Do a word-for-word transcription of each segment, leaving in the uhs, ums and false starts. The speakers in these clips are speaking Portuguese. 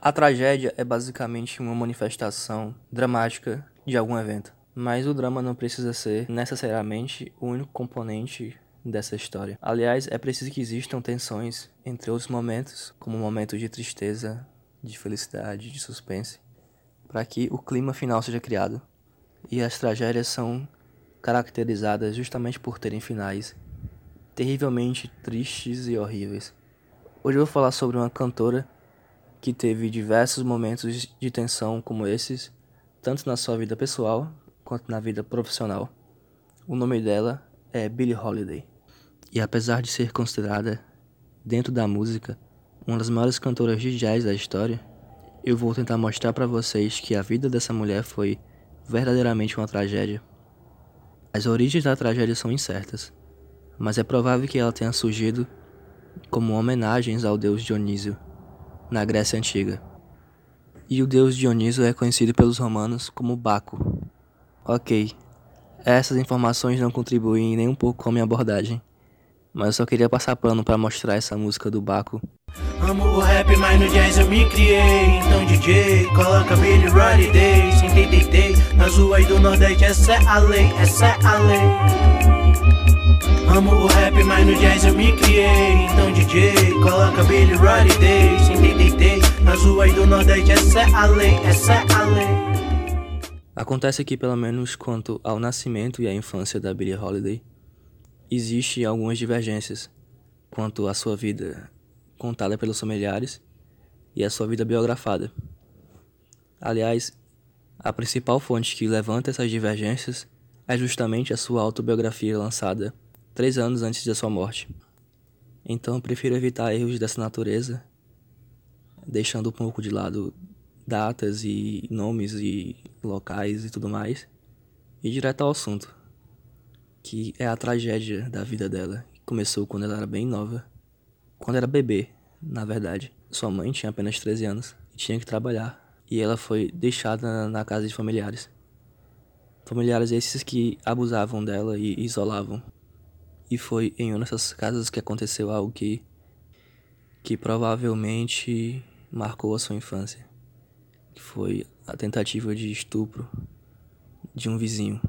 A tragédia é basicamente uma manifestação dramática de algum evento, mas o drama não precisa ser necessariamente o único componente dessa história. Aliás, é preciso que existam tensões entre outros momentos, como momentos de tristeza, de felicidade, de suspense, para que o clima final seja criado. E as tragédias são caracterizadas justamente por terem finais terrivelmente tristes e horríveis. Hoje eu vou falar sobre uma cantora que teve diversos momentos de tensão como esses, tanto na sua vida pessoal quanto na vida profissional. O nome dela é Billie Holiday. E apesar de ser considerada, dentro da música, uma das maiores cantoras de jazz da história, eu vou tentar mostrar para vocês que a vida dessa mulher foi verdadeiramente uma tragédia. As origens da tragédia são incertas, mas é provável que ela tenha surgido como homenagens ao deus Dionísio, na Grécia Antiga. E o deus Dioniso é conhecido pelos romanos como Baco. Ok, essas informações não contribuem nem um pouco com a minha abordagem, mas eu só queria passar pano para mostrar essa música do Baco. Amo o rap, mas no jazz eu me criei. Então D J, coloca Billie Holiday. Sentei, deitei, nas ruas do Nordeste. Essa é a lei, essa é a lei. Amo o rap, mas no jazz eu me criei. Então D J, coloca Billie Holiday. Sentei, deitei, nas ruas do Nordeste. Essa é a lei, essa é a lei. Acontece que, pelo menos quanto ao nascimento e à infância da Billie Holiday, existem algumas divergências quanto à sua vida contada pelos familiares e a sua vida biografada. Aliás, a principal fonte que levanta essas divergências é justamente a sua autobiografia lançada três anos antes da sua morte. Então eu prefiro evitar erros dessa natureza, deixando um pouco de lado datas e nomes e locais e tudo mais, e direto ao assunto, que é a tragédia da vida dela, que começou quando ela era bem nova, quando era bebê, na verdade. Sua mãe tinha apenas treze anos e tinha que trabalhar, e ela foi deixada na casa de familiares. Familiares esses que abusavam dela e isolavam. E foi em uma dessas casas que aconteceu algo que, que provavelmente marcou a sua infância, que foi a tentativa de estupro de um vizinho.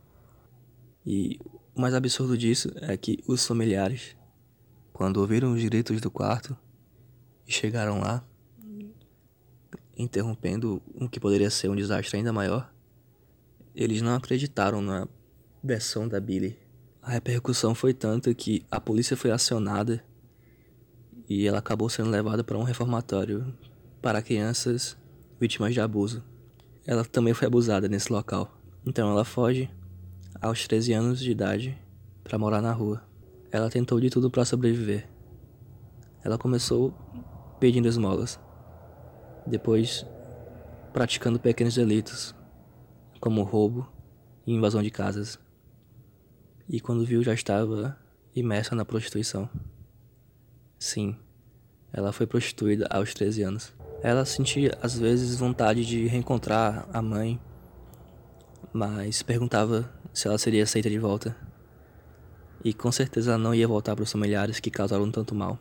E o mais absurdo disso é que os familiares, quando ouviram os gritos do quarto e chegaram lá, interrompendo o que poderia ser um desastre ainda maior, eles não acreditaram na versão da Billie. A repercussão foi tanta que a polícia foi acionada e ela acabou sendo levada para um reformatório para crianças vítimas de abuso. Ela também foi abusada nesse local. Então ela foge aos treze anos de idade para morar na rua. Ela tentou de tudo para sobreviver. Ela começou pedindo esmolas, depois praticando pequenos delitos, como roubo e invasão de casas. E quando viu, já estava imersa na prostituição. Sim, ela foi prostituída aos treze anos. Ela sentia às vezes vontade de reencontrar a mãe, mas perguntava se ela seria aceita de volta. E com certeza ela não ia voltar para os familiares que causaram tanto mal.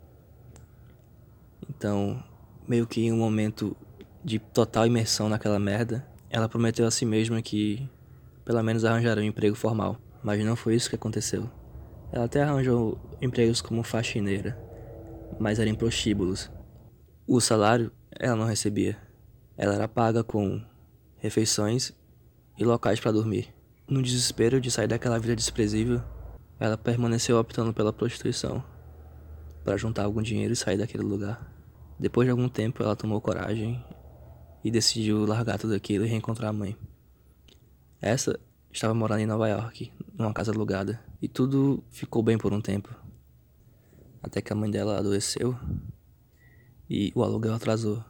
Então, meio que em um momento de total imersão naquela merda, ela prometeu a si mesma que pelo menos arranjaria um emprego formal. Mas não foi isso que aconteceu. Ela até arranjou empregos como faxineira, mas eram em prostíbulos. O salário ela não recebia. Ela era paga com refeições e locais para dormir. No desespero de sair daquela vida desprezível, ela permaneceu optando pela prostituição, para juntar algum dinheiro e sair daquele lugar. Depois de algum tempo, ela tomou coragem e decidiu largar tudo aquilo e reencontrar a mãe. Essa estava morando em Nova York, numa casa alugada, e tudo ficou bem por um tempo, até que a mãe dela adoeceu e o aluguel atrasou.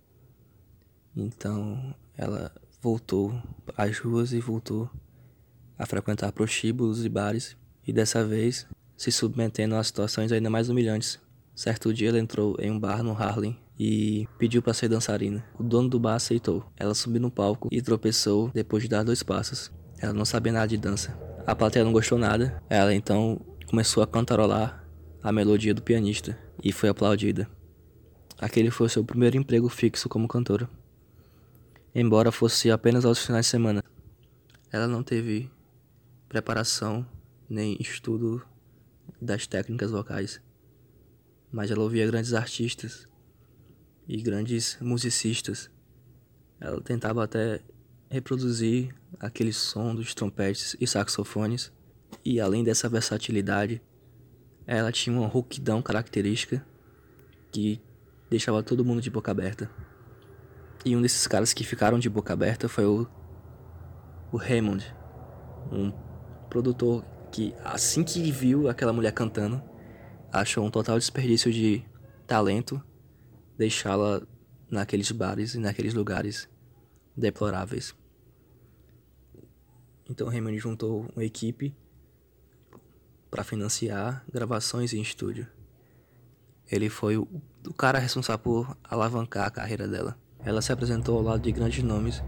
Então ela voltou às ruas e voltou a frequentar prostíbulos e bares, e dessa vez se submetendo a situações ainda mais humilhantes. Certo dia ela entrou em um bar no Harlem e pediu para ser dançarina. O dono do bar aceitou. Ela subiu no palco e tropeçou depois de dar dois passos. Ela não sabia nada de dança. A plateia não gostou nada. Ela então começou a cantarolar a melodia do pianista e foi aplaudida. aquele foi o seu primeiro emprego fixo como cantora, embora fosse apenas aos finais de semana. Ela não teve preparação nem estudo das técnicas vocais, mas ela ouvia grandes artistas e grandes musicistas. Ela tentava até reproduzir aquele som dos trompetes e saxofones, e além dessa versatilidade, ela tinha uma rouquidão característica que deixava todo mundo de boca aberta. E um desses caras que ficaram de boca aberta foi o, o Raymond, um produtor que, assim que viu aquela mulher cantando, achou um total desperdício de talento deixá-la naqueles bares e naqueles lugares deploráveis. Então Raymond juntou uma equipe para financiar gravações em estúdio. Ele foi o, o cara responsável por alavancar a carreira dela. Ela se apresentou ao lado de grandes nomes,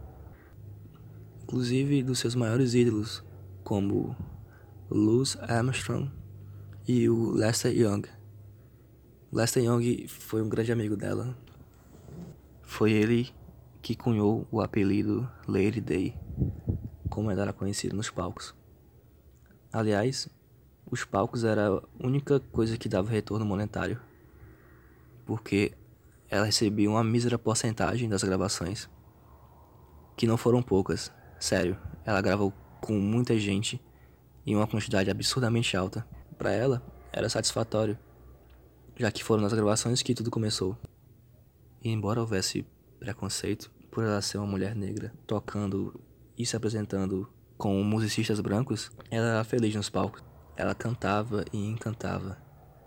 inclusive dos seus maiores ídolos, como Louis Armstrong e o Lester Young. Lester Young foi um grande amigo dela. Foi ele que cunhou o apelido Lady Day, como ela era conhecida nos palcos. Aliás, os palcos era a única coisa que dava retorno monetário, porque ela recebia uma mísera porcentagem das gravações, que não foram poucas. Sério, ela gravou com muita gente em uma quantidade absurdamente alta. Para ela, era satisfatório, já que foram nas gravações que tudo começou. E embora houvesse preconceito por ela ser uma mulher negra tocando e se apresentando com musicistas brancos, ela era feliz nos palcos. Ela cantava e encantava.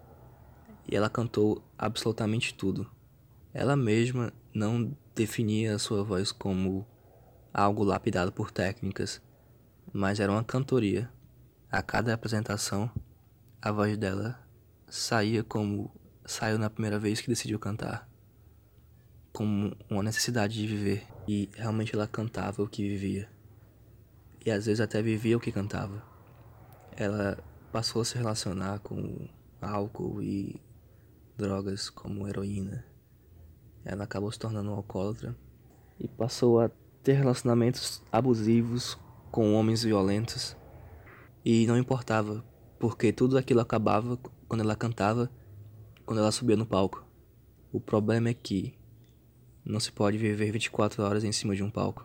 E ela cantou absolutamente tudo. Ela mesma não definia a sua voz como algo lapidado por técnicas, mas era uma cantoria. A cada apresentação, a voz dela saía como saiu na primeira vez que decidiu cantar, como uma necessidade de viver. E realmente ela cantava o que vivia. E às vezes até vivia o que cantava. Ela passou a se relacionar com álcool e drogas como heroína. Ela acabou se tornando um alcoólatra e passou a ter relacionamentos abusivos com homens violentos. E não importava, porque tudo aquilo acabava quando ela cantava, quando ela subia no palco. O problema é que não se pode viver vinte e quatro horas em cima de um palco.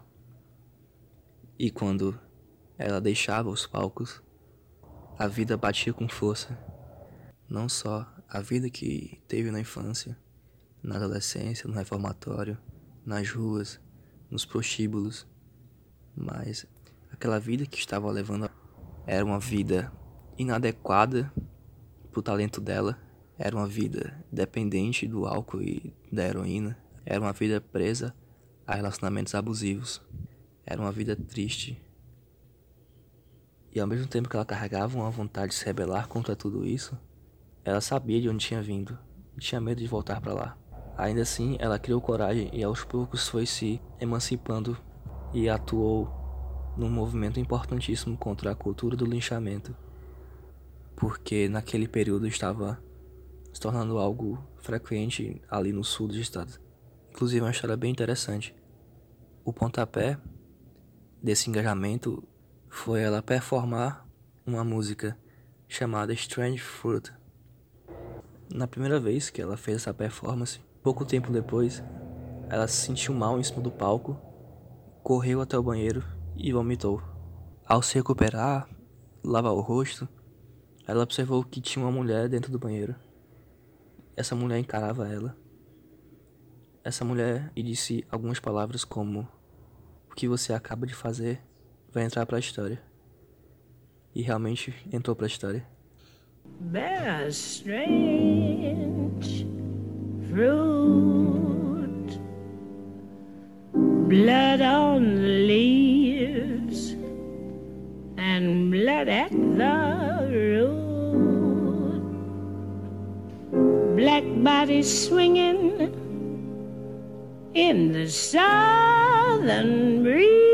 E quando ela deixava os palcos, a vida batia com força. Não só a vida que teve na infância, na adolescência, no reformatório, nas ruas, nos prostíbulos, mas aquela vida que estava levando era uma vida inadequada para o talento dela, era uma vida dependente do álcool e da heroína, era uma vida presa a relacionamentos abusivos, era uma vida triste. E ao mesmo tempo que ela carregava uma vontade de se rebelar contra tudo isso, ela sabia de onde tinha vindo e tinha medo de voltar para lá. Ainda assim, ela criou coragem e aos poucos foi se emancipando e atuou num movimento importantíssimo contra a cultura do linchamento, porque naquele período estava se tornando algo frequente ali no sul dos estados. Inclusive, uma história bem interessante. O pontapé desse engajamento foi ela performar uma música chamada Strange Fruit. Na primeira vez que ela fez essa performance, pouco tempo depois, ela se sentiu mal em cima do palco, correu até o banheiro e vomitou. Ao se recuperar, lavar o rosto, ela observou que tinha uma mulher dentro do banheiro. Essa mulher encarava ela. Essa mulher lhe disse algumas palavras como: "O que você acaba de fazer vai entrar para a história." E realmente entrou para a história. Bear strange fruit, blood on the leaves and blood at the root, black bodies swinging in the southern breeze.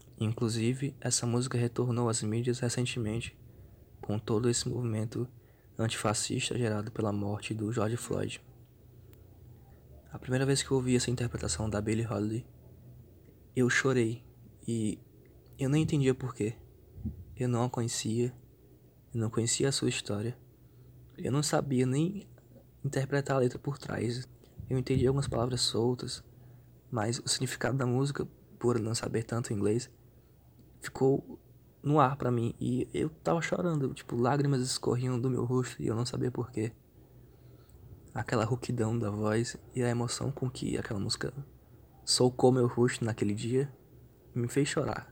Inclusive, essa música retornou às mídias recentemente, com todo esse movimento antifascista gerado pela morte do George Floyd. A primeira vez que eu ouvi essa interpretação da Billie Holiday, eu chorei e eu nem entendia porquê. Eu não a conhecia, eu não conhecia a sua história, eu não sabia nem interpretar a letra por trás. Eu entendi algumas palavras soltas, mas o significado da música, por não saber tanto inglês, ficou no ar pra mim e eu tava chorando, tipo, lágrimas escorriam do meu rosto e eu não sabia porquê. Aquela rouquidão da voz e a emoção com que aquela música socou meu rosto naquele dia me fez chorar.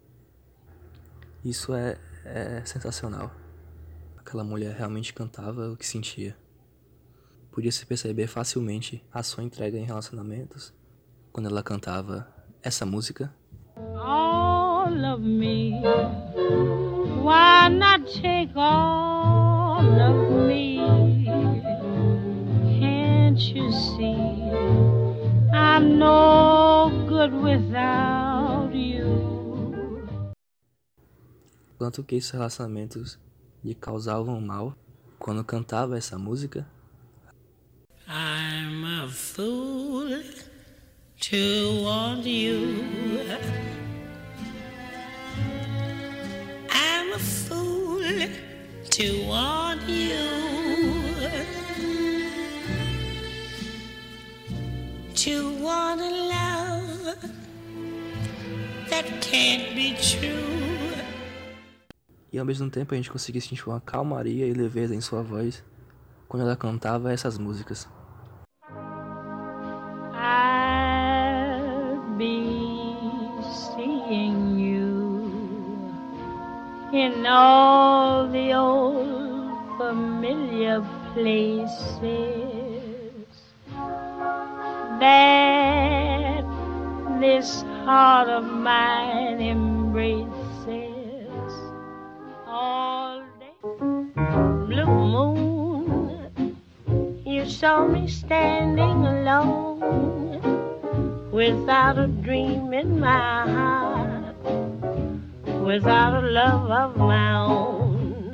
Isso é, é sensacional. Aquela mulher realmente cantava o que sentia. Podia se perceber facilmente a sua entrega em relacionamentos quando ela cantava essa música. All of me, why not take all of me? Can't you see I'm no good without you? Quanto que esses relacionamentos lhe causavam mal quando cantava essa música. I'm a fool to want you. I'm a fool to want you. To want a love that can't be true. E ao mesmo tempo a gente conseguia sentir uma calmaria e leveza em sua voz quando ela cantava essas músicas. I'll be seeing you in all the old familiar places that this heart of mine embraces all day. Blue moon, you saw me standing alone without a dream in my heart, without a love of my own.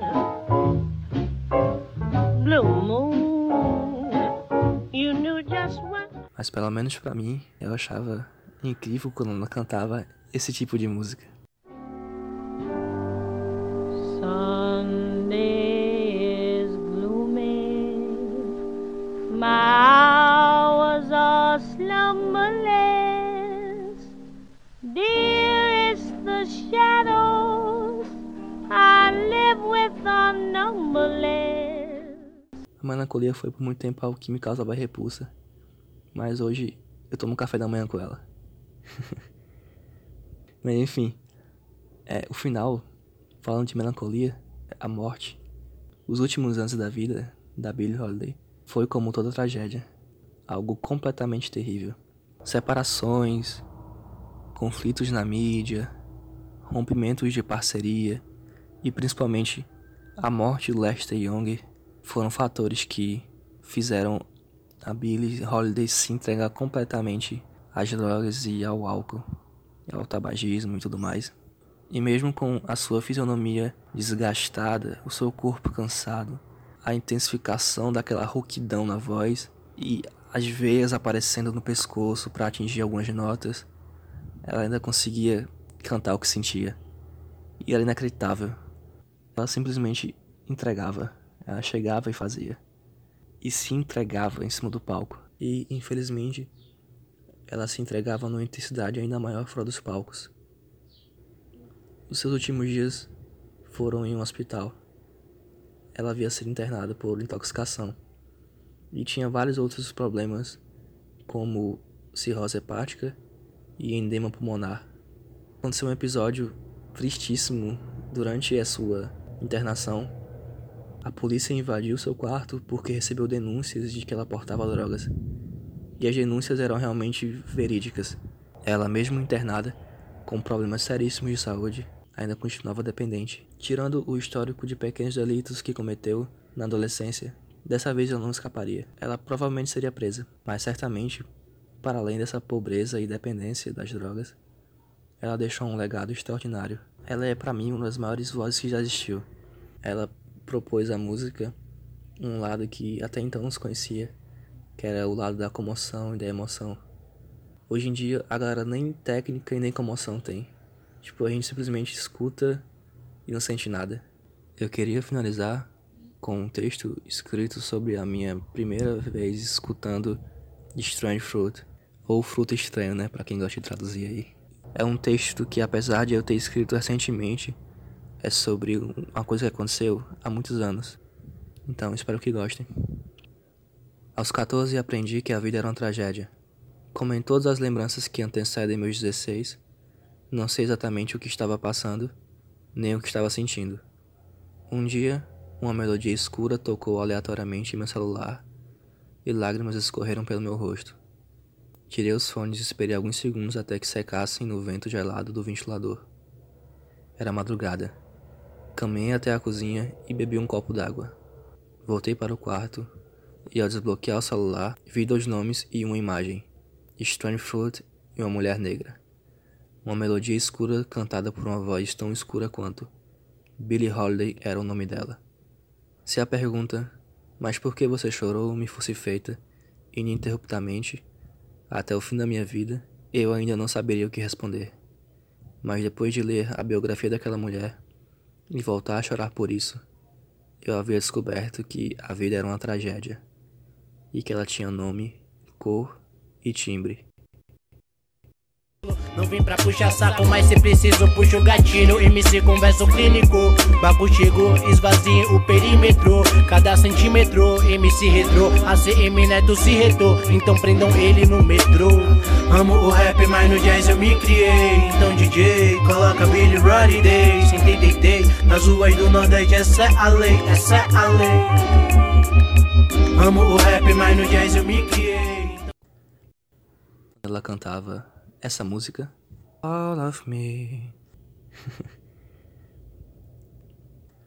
Blue moon, you knew just what. Mas pelo menos pra mim, eu achava incrível quando ela cantava esse tipo de música. Sunday is gloomy, my hours are slumberless. Dearest, the shadows I live with are numberless. A melancolia foi por muito tempo algo que me causava repulsa, mas hoje eu tomo café da manhã com ela. Mas enfim, é, o final, falando de melancolia, a morte, os últimos anos da vida da Billie Holiday foi como toda tragédia, algo completamente terrível. Separações, conflitos na mídia, rompimentos de parceria e principalmente a morte de Lester Young foram fatores que fizeram a Billie Holiday se entregar completamente às drogas e ao álcool, ao tabagismo e tudo mais. E mesmo com a sua fisionomia desgastada, o seu corpo cansado, a intensificação daquela rouquidão na voz e as veias aparecendo no pescoço para atingir algumas notas, ela ainda conseguia cantar o que sentia. E era inacreditável. Ela simplesmente entregava. Ela chegava e fazia. E se entregava em cima do palco. E, infelizmente, ela se entregava numa intensidade ainda maior fora dos palcos. Os seus últimos dias foram em um hospital. Ela havia sido internada por intoxicação. E tinha vários outros problemas, como cirrose hepática e edema pulmonar. Aconteceu um episódio tristíssimo durante a sua internação. A polícia invadiu seu quarto porque recebeu denúncias de que ela portava drogas. E as denúncias eram realmente verídicas. Ela, mesmo internada, com problemas seríssimos de saúde, ainda continuava dependente. Tirando o histórico de pequenos delitos que cometeu na adolescência, dessa vez ela não escaparia. Ela provavelmente seria presa, mas certamente, para além dessa pobreza e dependência das drogas, ela deixou um legado extraordinário. Ela é, para mim, uma das maiores vozes que já existiu. Ela propôs a música um lado que até então não se conhecia, que era o lado da comoção e da emoção. Hoje em dia a galera nem técnica e nem comoção tem. Tipo, a gente simplesmente escuta e não sente nada. Eu queria finalizar com um texto escrito sobre a minha primeira vez escutando Strange Fruit, ou Fruta Estranha, né, pra quem gosta de traduzir aí. É um texto que, apesar de eu ter escrito recentemente, é sobre uma coisa que aconteceu há muitos anos. Então, espero que gostem. Aos quatorze aprendi que a vida era uma tragédia. Como em todas as lembranças que antecedem meus dezesseis, não sei exatamente o que estava passando, nem o que estava sentindo. Um dia, uma melodia escura tocou aleatoriamente em meu celular e lágrimas escorreram pelo meu rosto. Tirei os fones e esperei alguns segundos até que secassem no vento gelado do ventilador. Era madrugada. Caminhei até a cozinha e bebi um copo d'água. Voltei para o quarto e, ao desbloquear o celular, vi dois nomes e uma imagem: Strange Fruit e uma mulher negra. Uma melodia escura cantada por uma voz tão escura quanto. Billie Holiday era o nome dela. Se a pergunta, mas por que você chorou, me fosse feita, ininterruptamente, até o fim da minha vida, eu ainda não saberia o que responder. Mas depois de ler a biografia daquela mulher, e voltar a chorar por isso, eu havia descoberto que a vida era uma tragédia, e que ela tinha nome, cor e timbre. Não vim pra puxar saco, mas se preciso puxo o gatilho. M C converso clínico, papo chegou, esvazie o perímetro. Cada centímetro, M C retrô, A C M Neto se retou, então prendam ele no metrô. Amo o rap, mas no jazz eu me criei. Então D J, coloca Billy Holiday. Sentei, deitei, nas ruas do Nordeste, essa é a lei, essa é a lei. Amo o rap, mas no jazz eu me criei. Ela cantava essa música, All of Me.